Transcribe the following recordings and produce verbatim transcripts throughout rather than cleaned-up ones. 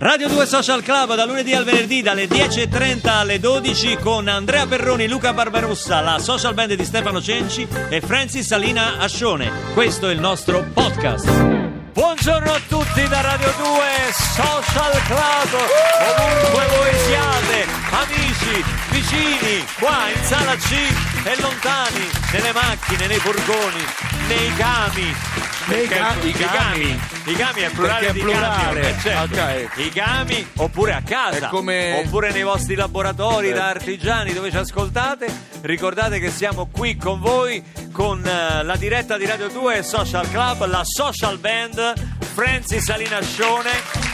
Radio due Social Club da lunedì al venerdì dalle dieci e trenta alle dodici con Andrea Perroni, Luca Barbarossa, la social band di Stefano Cenci e Francis Salina Ascione. Questo è il nostro podcast. Buongiorno a tutti da Radio due Social Club, ovunque voi siate, amici, vicini, qua in sala C e lontani, nelle macchine, nei furgoni, nei cami. Nei cami, i cami, i cami è plurale di camion, eh, certo. Okay. I cami oppure a casa, come... oppure nei vostri laboratori da artigiani dove ci ascoltate. Ricordate che siamo qui con voi con uh, la diretta di Radio due Social Club, la social band Francis Salina Ascione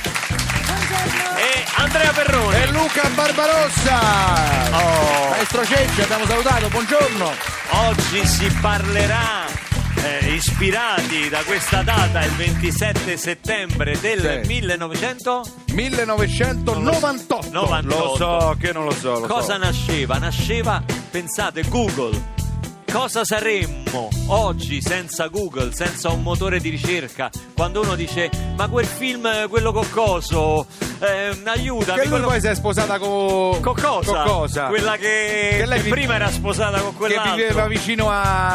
e Andrea Perroni e Luca Barbarossa. Oh. Maestro Cenci, abbiamo salutato, buongiorno. Oggi si parlerà Eh, ispirati da questa data, il ventisette settembre del sì. millenovecento millenovecentonovantotto. novantotto. Lo so che non lo so. Lo Cosa so. nasceva? Nasceva, pensate, Google. Cosa saremmo oggi senza Google, senza un motore di ricerca? Quando uno dice, ma quel film, quello coccoso, eh, aiutami. Che lui quello... poi si è sposata con Coccosa, Coccosa. quella che, Che lei che vi- prima era sposata con quell'altro. Che viveva vicino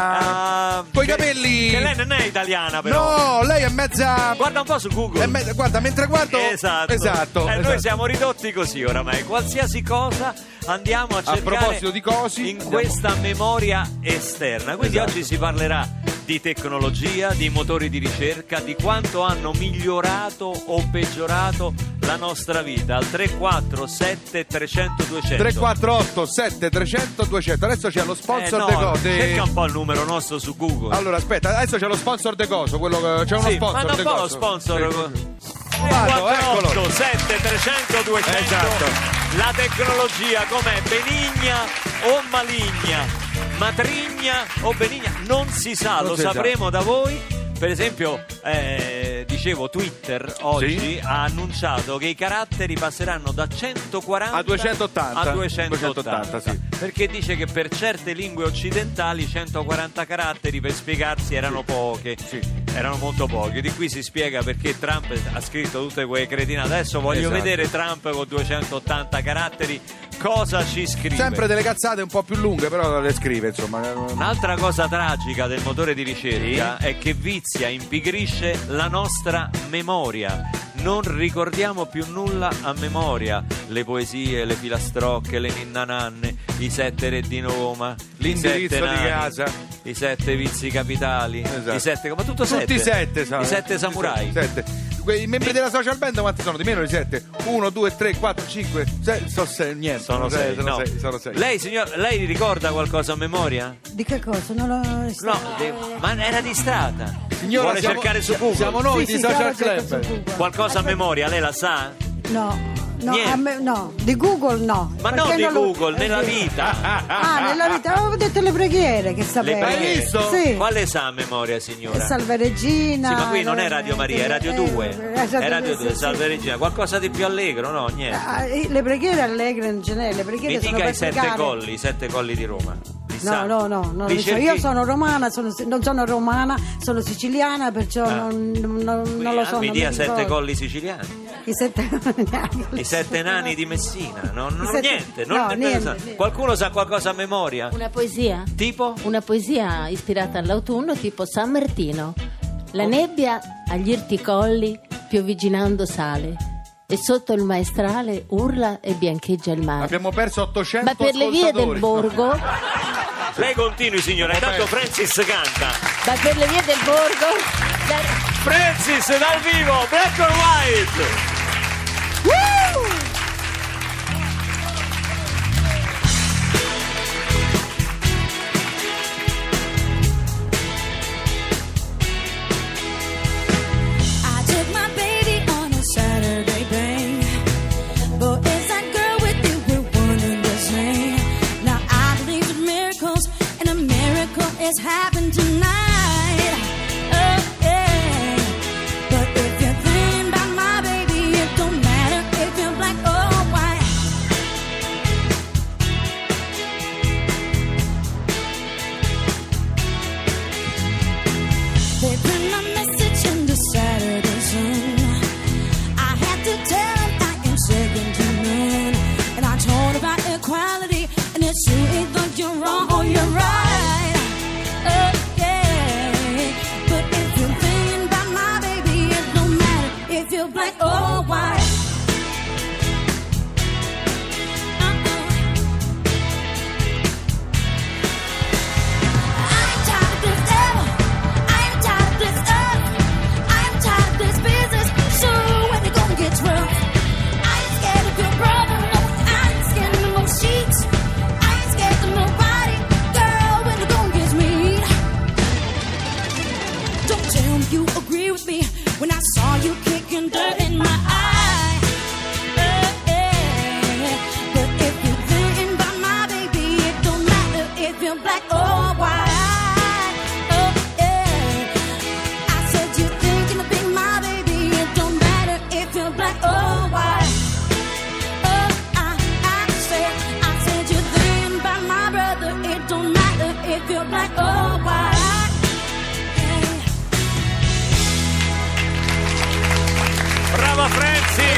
a... Ah, coi che- capelli... Che lei non è italiana però. No, lei è mezza... Guarda un po' su Google. è me- Guarda, mentre guardo... Esatto, Esatto, Eh, esatto. Noi siamo ridotti così oramai. Qualsiasi cosa andiamo a cercare. A proposito di cosi, in andiamo- questa memoria esterna. Quindi Esatto. oggi si parlerà di tecnologia, di motori di ricerca, di quanto hanno migliorato o peggiorato la nostra vita. Al tre quattro sette trecento duecento tre quattro otto sette trecento duecento. Adesso c'è lo sponsor eh no, de co- de- cerca un po' il numero nostro su Google. Allora aspetta, adesso c'è lo sponsor de coso, quello che... c'è uno sì, sponsor ma de un po' lo coso. sponsor. Sì. Vado, eccolo. sette trecento duecento. Esatto. La tecnologia com'è? Benigna o maligna? Matrigna o benigna? Non si sa, Non lo si sa. sapremo da voi. Per esempio, eh, dicevo, Twitter oggi Sì. ha annunciato che i caratteri passeranno da centoquaranta A duecentottanta. a duecentottanta, duecentottanta, sì. perché dice che per certe lingue occidentali centoquaranta caratteri per spiegarsi erano poche, Sì. erano molto poche. Di qui si spiega perché Trump ha scritto tutte quelle cretinate. Adesso voglio Esatto. vedere Trump con duecentottanta caratteri cosa ci scrive. Sempre delle cazzate un po' più lunghe, però le scrive, insomma. Un'altra cosa tragica del motore di ricerca è che vizia, impigrisce la nostra memoria. Non ricordiamo più nulla a memoria. Le poesie, le filastrocche, le ninnananne, i sette re di Roma, L'indirizzo i sette di nani, casa. i sette vizi capitali, Esatto. i sette, ma tutto Tutti sette. i sette, sai. I sette samurai. Sette. Que- I membri della social band quanti sono? Di meno di sette? uno, due, tre, quattro, cinque, sei, sono sei, niente. Sono sei, sono no. sei, sono sei. Lei, signor, lei ricorda qualcosa a memoria? Di che cosa? Non lo... No, de- ma era distrata. Signora, Vuole siamo- cercare su Google. Siamo noi Sì, di sì, Social chiaro, cerco su Club. Google. Qualcosa a memoria, lei la sa? No, no, Niente. a me- no, di Google no. Ma perché non di non lo- Google, nella vita. Ah, nella vita, avevo detto le preghiere che sapevo. Le preghiere? Hai visto? Sì. Quale sa a memoria, signora? Salve Regina. Sì, ma qui non è Radio Maria, è Radio due. Eh, È Radio due, sì, Salve sì. Regina. Qualcosa di più allegro? No, niente. Ah, eh, le preghiere allegre non ce n'è, le preghiere Mi sono dica per i sette pregare. colli, i sette colli di Roma. Li sa? No, no, no, no, Li lo so. cerchi- Io sono romana, sono- non sono romana, sono siciliana, perciò Ah. non, non- non Quindi, lo ah, so. mi non dia mi sette ricordo. colli siciliani. I sette, I sette nani di Messina. No, no, I sette- niente, non no, nemmeno niente, sa. niente. Qualcuno sa qualcosa a memoria? Una poesia? Tipo? Una poesia ispirata all'autunno tipo San Martino. La nebbia agli irti colli piovigginando sale e sotto il maestrale urla e biancheggia il mare. Abbiamo perso ottocento Ma per le vie del ascoltatori. borgo, Lei continui, signora, intanto Francis canta. ma per le vie del borgo da- Francis dal vivo, Black or White. I took my baby on a Saturday bang. But is that girl with you? We're one and the same. Now I believe in miracles, and a miracle is happening tonight. Oh yeah. But if you're thinking about my baby,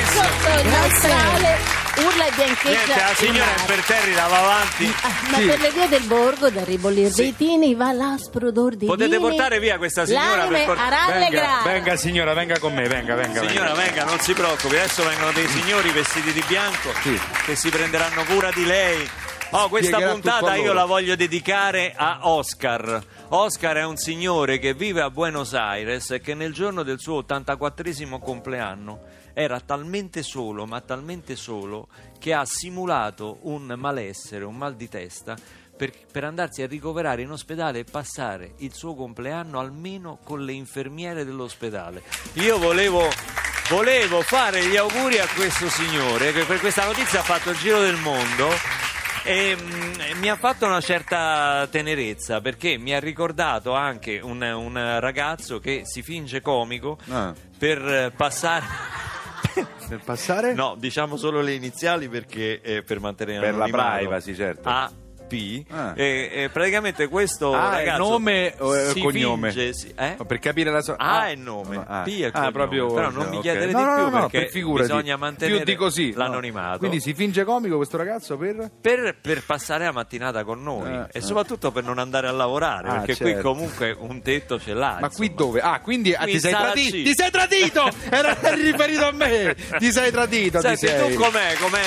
sotto il maestrale urla e biancheggia Niente, la il signora è mare. imperterrita, va avanti. Ah, ma Sì. per le vie del borgo da ribolir Sì. dei tini va l'aspro odor dei Potete vini, portare via questa signora l'anime per por- a Venga, rallegrare. venga signora, venga con me, venga, venga. Signora, venga, non si preoccupi, adesso vengono dei signori vestiti di bianco Sì. che si prenderanno cura di lei. Oh, questa Spiegherà tutto puntata a io loro. la voglio dedicare a Oscar. Oscar è un signore che vive a Buenos Aires e che nel giorno del suo ottantaquattresimo compleanno era talmente solo, ma talmente solo, che ha simulato un malessere, un mal di testa, per, per andarsi a ricoverare in ospedale e passare il suo compleanno almeno con le infermiere dell'ospedale. Io volevo... Volevo fare gli auguri a questo signore che per questa notizia ha fatto il giro del mondo e mm, mi ha fatto una certa tenerezza, perché mi ha ricordato anche un, un ragazzo che si finge comico Ah. per eh, passare... Per passare? No, diciamo solo le iniziali perché eh, per mantenere Per la l'anonimato. privacy, certo. A P Ah. e, e praticamente questo Ah, è ragazzo nome o è si cognome? finge, si- eh? Per capire la sua... A è nome, Ah, P è ah, cognome. proprio... Però non mi ok. chiedere no, di no, più no, no, perché per figurati. bisogna mantenere più di così, no. l'anonimato. Quindi si finge comico questo ragazzo per... per, per passare la mattinata con noi Eh, e eh. soprattutto per non andare a lavorare, Ah, perché certo. qui comunque un tetto ce l'ha. Ma qui insomma. dove? Ah, quindi ah, Qui ti sei in sala tradito! C. Ti sei tradito! Era riferito a me! Ti sei tradito, Senti, ti sei. tu com'è? com'è?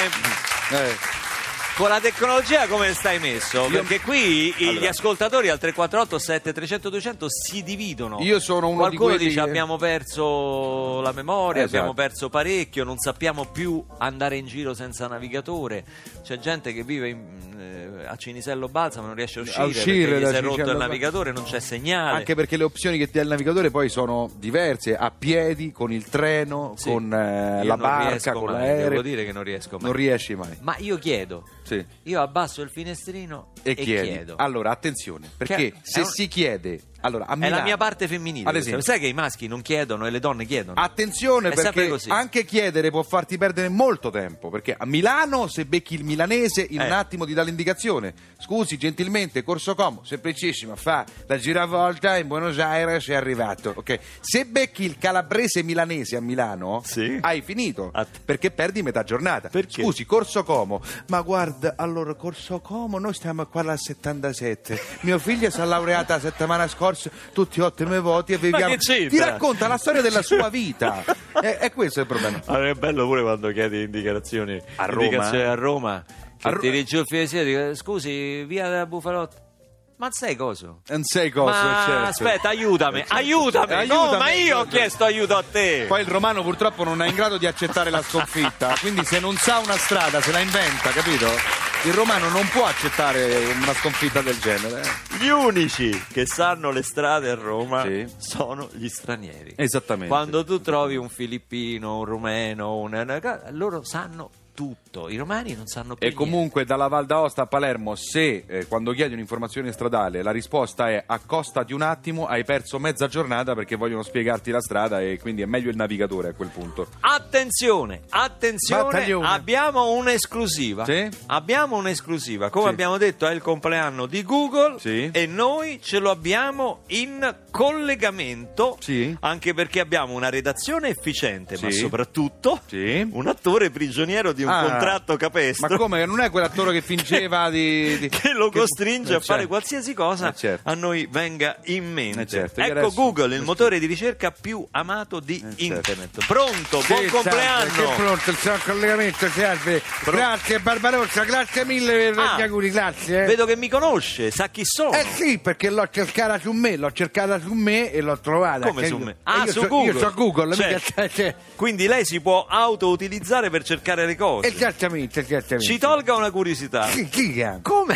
Eh. Con la tecnologia come stai messo? Perché qui i- Allora. gli ascoltatori al tre quattro otto sette trecento duecento si dividono. Io sono uno di Qualcuno quelli dice che- abbiamo perso la memoria, Esatto. abbiamo perso parecchio, non sappiamo più andare in giro senza navigatore. C'è gente che vive in, eh, a Cinisello Balsamo, non riesce a uscire, A uscire perché gli da si è rotto Cinisello il Balsamo. navigatore, non c'è segnale. Anche perché le opzioni che ti dà il navigatore poi sono diverse, a piedi, con il treno, Sì. con eh, Io la non barca, riesco con mai, l'aereo. devo dire che non riesco mai. Non riesci mai. Ma io chiedo, Sì. io abbasso il finestrino E, e, chiedi. chiedo. Allora, attenzione, perché Che- se è un- si chiede... Allora, a È la Milano- mia parte femminile. Ad questa. esempio. Sai che i maschi non chiedono e le donne chiedono. Attenzione, È sempre perché così. anche chiedere può farti perdere molto tempo, perché a Milano se becchi il milanese in Eh. un attimo ti dà l'indicazione. Scusi, gentilmente, Corso Como, semplicissima, fa la giravolta in Buenos Aires, è arrivato. Ok. Se becchi il calabrese milanese a Milano, Sì. hai finito, Att- perché perdi metà giornata. Perché? Scusi, Corso Como, ma guarda, allora Corso Como, noi stiamo qua al settantasette. Mio figlio si è laureata la settimana scorsa, tutti ottimi voti e viviamo. che c'entra? Ti racconta la storia della sua vita. E, e questo è il problema. Allora, è bello pure quando chiedi indicazioni A Roma, indicazioni eh? a Roma. Che A Ro- ti dice il fine sera, dico, scusi, via da Bufalotta. Ma sai cosa? Non sei cosa, ma certo. aspetta, aiutami, Eh, certo. aiutami. Eh, No, aiutami. ma io ho chiesto aiuto a te. Poi il romano purtroppo non è in grado di accettare la sconfitta, quindi se non sa una strada se la inventa, capito? Il romano non può accettare una sconfitta del genere. eh. Gli unici che sanno le strade a Roma Sì. sono gli stranieri. Esattamente. Quando tu trovi un filippino, un rumeno, un... loro sanno tutto. I romani non sanno più E comunque dalla Val d'Aosta a Palermo, se eh, quando chiedi un'informazione stradale la risposta è accostati un attimo, hai perso mezza giornata perché vogliono spiegarti la strada e quindi è meglio il navigatore a quel punto. Attenzione, attenzione, Battaglione. abbiamo un'esclusiva. Sì? Abbiamo un'esclusiva. Come Sì. abbiamo detto, è il compleanno di Google Sì. e noi ce lo abbiamo in collegamento. Sì. Anche perché abbiamo una redazione efficiente, ma Sì. soprattutto Sì. un attore prigioniero di un Ah, contratto capestro. Ma come? Non è quell'attore che fingeva di... di- che lo che- costringe eh, a fare certo. qualsiasi cosa Eh, certo. a noi venga in mente. Eh, certo, io Ecco adesso- Google, il motore di ricerca più amato di certo. internet. Pronto, Sì, buon compleanno. salve, che pronto, il suo collegamento serve. Grazie Barbarossa, grazie mille per Ah, gli auguri, grazie. eh. Vedo che mi conosce, sa chi sono. Eh sì, perché l'ho cercata su me, l'ho cercata su me e l'ho trovata. Come Che su io- me? eh, Ah, io su so, Google. Io so Google, mica- Certo. cioè, Quindi lei si può auto-utilizzare per cercare le cose. esattamente, esattamente. Ci tolga una curiosità. Chi, chi è? Come?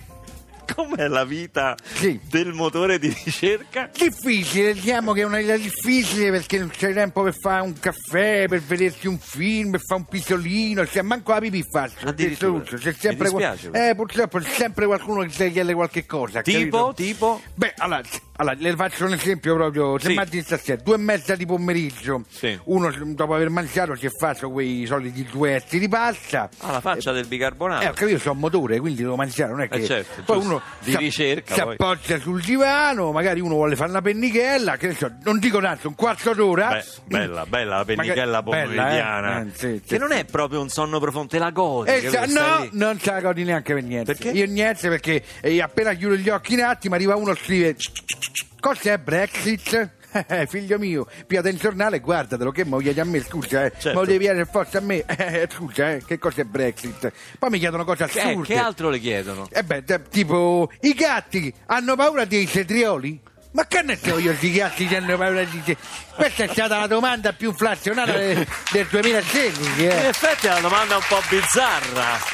Com'è la vita Sì. del motore di ricerca? Difficile, diciamo che è una vita difficile perché non c'è tempo per fare un caffè, per vedersi un film, per fare un pisolino, cioè manco la pipì faccio. Addirittura. detto tutto. C'è Mi sempre dispiace, eh, purtroppo c'è sempre qualcuno che ti chiede qualche cosa. Tipo? capito? Tipo? Beh, allora, Allora, le faccio un esempio proprio, se Sì. immagini stasera, due e mezza di pomeriggio, Sì. uno dopo aver mangiato si è fatto quei soliti due etti di pasta. Ah, la faccia del bicarbonato. Eh, ho capito, sono motore, quindi devo mangiare, non è che... Eh, certo, poi giusto. uno Di si- ricerca, si poi. appoggia sul divano, magari uno vuole fare una pennichella, che ne so, non dico tanto, un quarto d'ora. Beh, bella, bella la pennichella Magari- bella, pomeridiana. eh? Eh, sì, sì, che non è proprio un sonno profondo, te la godi. Eh, capito? sa- Stai no, lì. non se la godi neanche per niente. Perché? Io niente perché eh, appena chiudo gli occhi un attimo arriva uno e scrive cos'è Brexit? Eh, figlio mio, piata il giornale e guardatelo, che mo chiedi a me, scusa, eh. Certo. Ma lo devi chiedere forza a me, eh, scusa, eh, che cos'è Brexit? Poi mi chiedono cose Che, assurde. che altro le chiedono? Eh beh, t- tipo, i gatti hanno paura dei cetrioli? Ma che ne so io, i gatti che hanno paura di cetrioli? Questa è stata la domanda più inflazionata del, del duemilasedici, In eh. effetti è una domanda un po' bizzarra.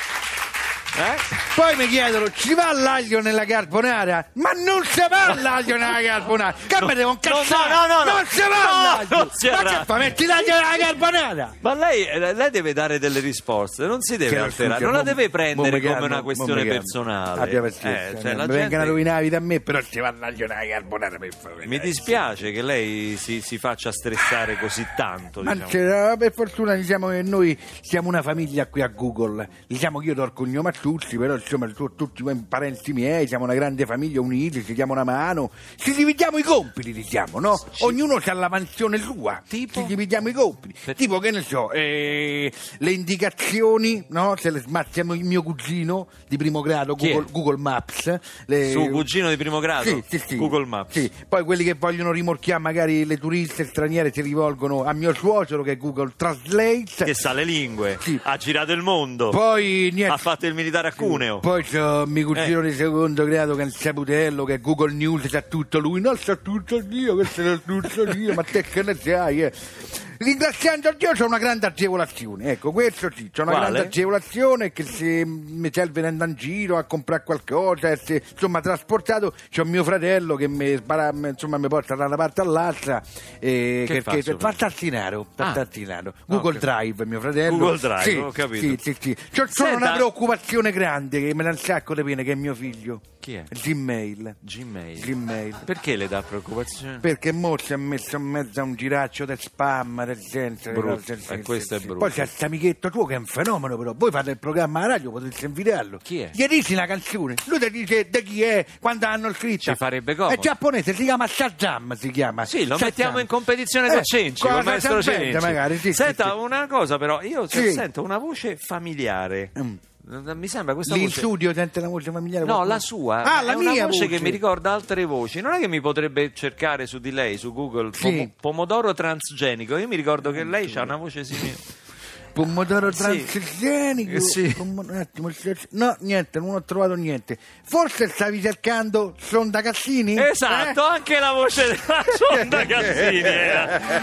Eh? Poi mi chiedono, ci va l'aglio nella carbonara? Ma non si va l'aglio nella carbonara! Che me devo incazzare! no, no, no, non no. si va No, l'aglio! non si Ma arrabbia. che fa? Metti l'aglio nella carbonara! Ma lei, eh, lei deve dare delle risposte, non si deve Che alterare, scusi, non la mo- deve prendere mo mi come chiamo, una mo questione mi chiamo. personale. Abbia pazienza, Eh, cioè, non la mi vengano a gente... rovinare la vita a me, però ci va l'aglio nella carbonara per favore. Mi dispiace che lei si, si faccia stressare così tanto. Ma Diciamo. c'era- per fortuna diciamo che noi siamo una famiglia qui a Google, diciamo che io do il cognome a tutti, però insomma tu- tutti i parenti miei, siamo una grande famiglia uniti, ci diamo una mano, ci dividiamo i compiti, diciamo, no? Ognuno ha la mansione sua, Tipo? ci dividiamo i compiti, Per- tipo che ne so, eh, le indicazioni, no? Se le smazziamo il mio cugino di primo grado, Chi è? Google, Google Maps, le- Suo cugino di primo grado? Sì, sì, sì. Google Maps. Sì. Poi quelli che vogliono rimorchiare magari le turiste straniere si rivolgono a mio suocero che è Google Translate. Che sa le lingue, Sì. ha girato il mondo, Poi niente. ha fatto il militare a Cuneo. Poi c'ho mio cugino Eh. di secondo grado che è un saputello, che è Google News, sa tutto lui. Non sa tutto Dio, questo sa tutto Dio, ma te che ne sai, eh. Ringraziando Dio c'ho una grande agevolazione, ecco, questo sì, c'ho una Quale? grande agevolazione che se mi serve andare in giro a comprare qualcosa, e se, insomma trasportato, c'ho mio fratello che mi, spara- mi- insomma, mi porta da una parte all'altra, eh, Che fa, perché suo fa fratello? tassinaro, Ah. fa tassinaro. Google Ok. Drive, mio fratello. Google Drive, sì, ho capito. Sì, sì, sì. C'ho, c'ho Senta- una preoccupazione grande che me dà un sacco di pena, che è mio figlio. Chi è? Gmail. Gmail. Gmail. Perché le dà preoccupazione? Perché mo si è messo in mezzo a un giraccio del spam, del gente. Brutto, del- e questo è brutto. Poi c'è questo amichetto tuo che è un fenomeno, però. Voi fate il programma alla radio, potete invitarlo. Chi è? Gli dici una canzone, lui ti dice da chi è, quando hanno scritto. Ci farebbe comodo. È giapponese, si chiama Shazam, si chiama. Sì, lo Shazam. mettiamo in competizione Eh, con Cenci, con con la il maestro Shazam Cenci. magari, sì, Senta, sì, sì. una cosa però, io se- Sì. sento una voce familiare. Mm. Mi sembra questa Lì in voce... studio sente la voce familiare? No, qualcuno? la sua Ah, è la una mia voce, che mi ricorda altre voci. Non è che mi potrebbe cercare su di lei, su Google, Sì. pomo- pomodoro transgenico. Io mi ricordo che lei ha una voce simile. Pomodoro Sì. transgenico? Eh, sì. Pomo- un attimo, no, niente, non ho trovato niente. Forse stavi cercando Sonda Cassini? Esatto, Eh? anche la voce della sonda Cassini era.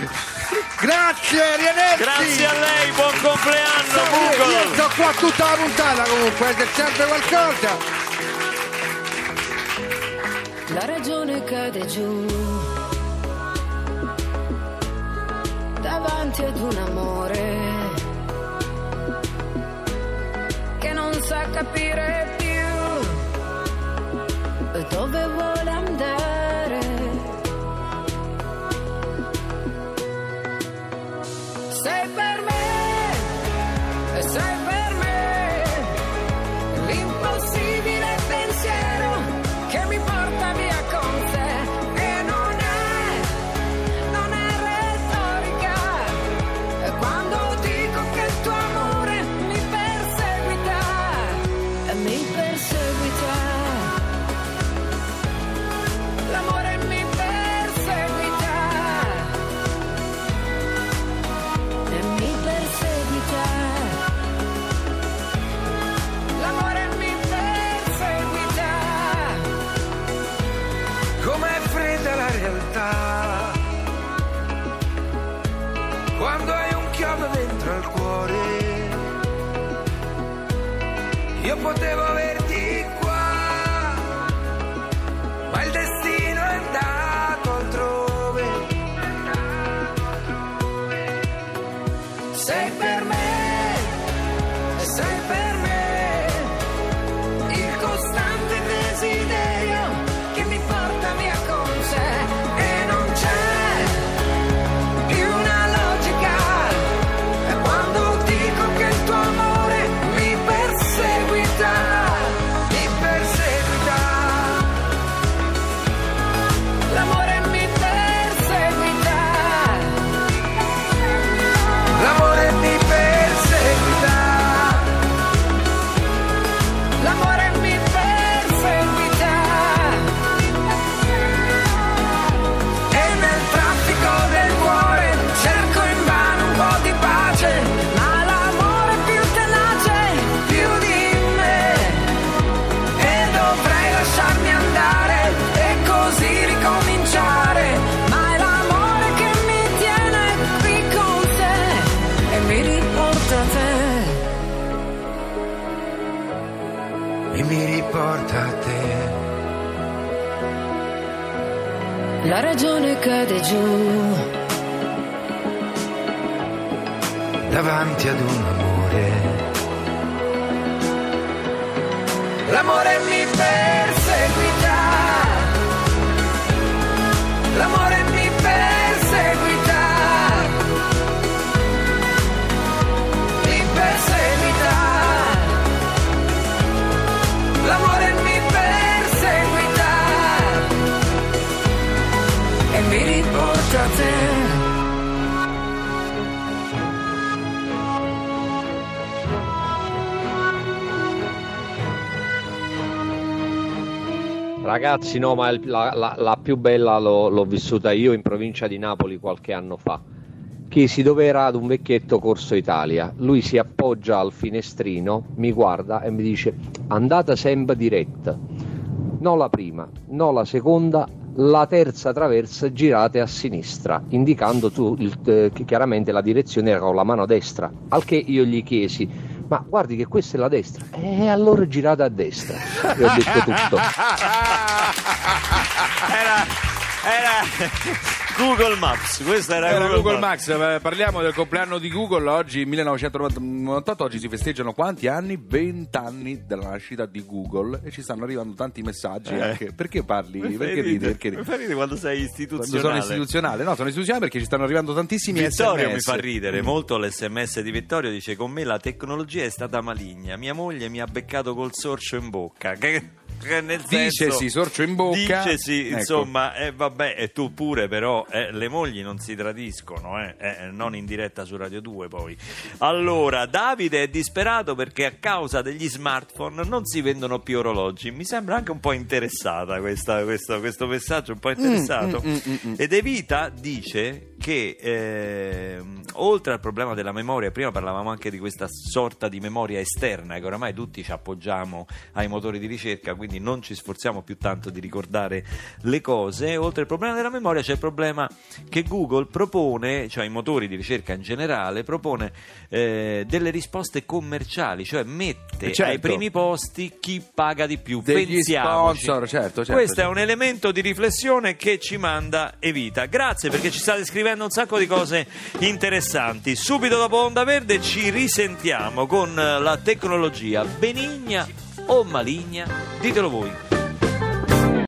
Grazie, arrivederci. Grazie a lei, buon compleanno Io- Io Google. sto qua tutta la puntata comunque, c'è sempre qualcosa. La ragione cade giù davanti ad un amore che non sa capire più dove vuole andare. Sei per me, sei per me, l'impossibile pensiero che mi porta via con te. E non è, non è retorica quando dico che il tuo amore mi perseguita, mi perseguita. L'amore mi perseguita e mi perseguita. L'amore mi perseguita. Com'è fredda la realtà quando hai un chiodo dentro al cuore. Io potevo averti qua, ma il destino è andato altrove. Sei per me, sei per me, il costante desiderio che mi porta via con sé. e mi riporta a te. La ragione cade giù davanti ad un amore. L'amore mi perseguita, l'amore mi perseguita, mi perseguita, l'amore mi perseguita e mi riporta a te. Ragazzi, no, ma il- la, la- la più bella l'ho, l'ho vissuta io in provincia di Napoli qualche anno fa. Chiesi dove era ad un vecchietto Corso Italia. Lui si appoggia al finestrino, mi guarda e mi dice: andata sempre diretta. No la prima, no la seconda, la terza traversa girate a sinistra, indicando tu il- eh, che chiaramente la direzione era con la mano destra. Al che io gli chiesi: ma guardi che questa è la destra. E allora girate a destra. E ho detto tutto. Era, era Google Maps, questa era, Era Google, Google Maps. Max, eh, parliamo del compleanno di Google. Oggi millenovecentonovantotto, oggi si festeggiano quanti anni? venti anni dalla nascita di Google e ci stanno arrivando tanti messaggi Eh. anche. Perché parli? Mi fai Perché ridi? ridere, Perché ridi? mi fai ridere quando sei Quando istituzionale. sono istituzionale? No, sono istituzionale perché ci stanno arrivando tantissimi Vittorio S M S. mi fa ridere molto l'esse emme esse di Vittorio, dice: con me la tecnologia è stata maligna, mia moglie mi ha beccato col sorcio in bocca. Che, che nel senso, Dicesi, sorcio in bocca. Dicesi, Ecco. insomma, eh, vabbè, e tu pure, però eh, le mogli non si tradiscono, eh, eh, non in diretta su Radio due poi. Allora, Davide è disperato perché a causa degli smartphone non si vendono più orologi. Mi sembra anche un po' interessata questa, questo, questo messaggio, un po' interessato. mm, mm, mm. Ed Evita dice che ehm, oltre al problema della memoria, prima parlavamo anche di questa sorta di memoria esterna che oramai tutti ci appoggiamo ai motori di ricerca, quindi non ci sforziamo più tanto di ricordare le cose. Oltre al problema della memoria c'è il problema che Google propone, cioè i motori di ricerca in generale, propone eh, delle risposte commerciali, cioè mette Certo. ai primi posti chi paga di più. Degli Pensiamoci. sponsor, certo, certo, Questo certo. è un elemento di riflessione che ci manda Evita. Grazie perché ci state scrivendo un sacco di cose interessanti. Subito dopo Onda Verde ci risentiamo con la tecnologia benigna o maligna, ditelo voi.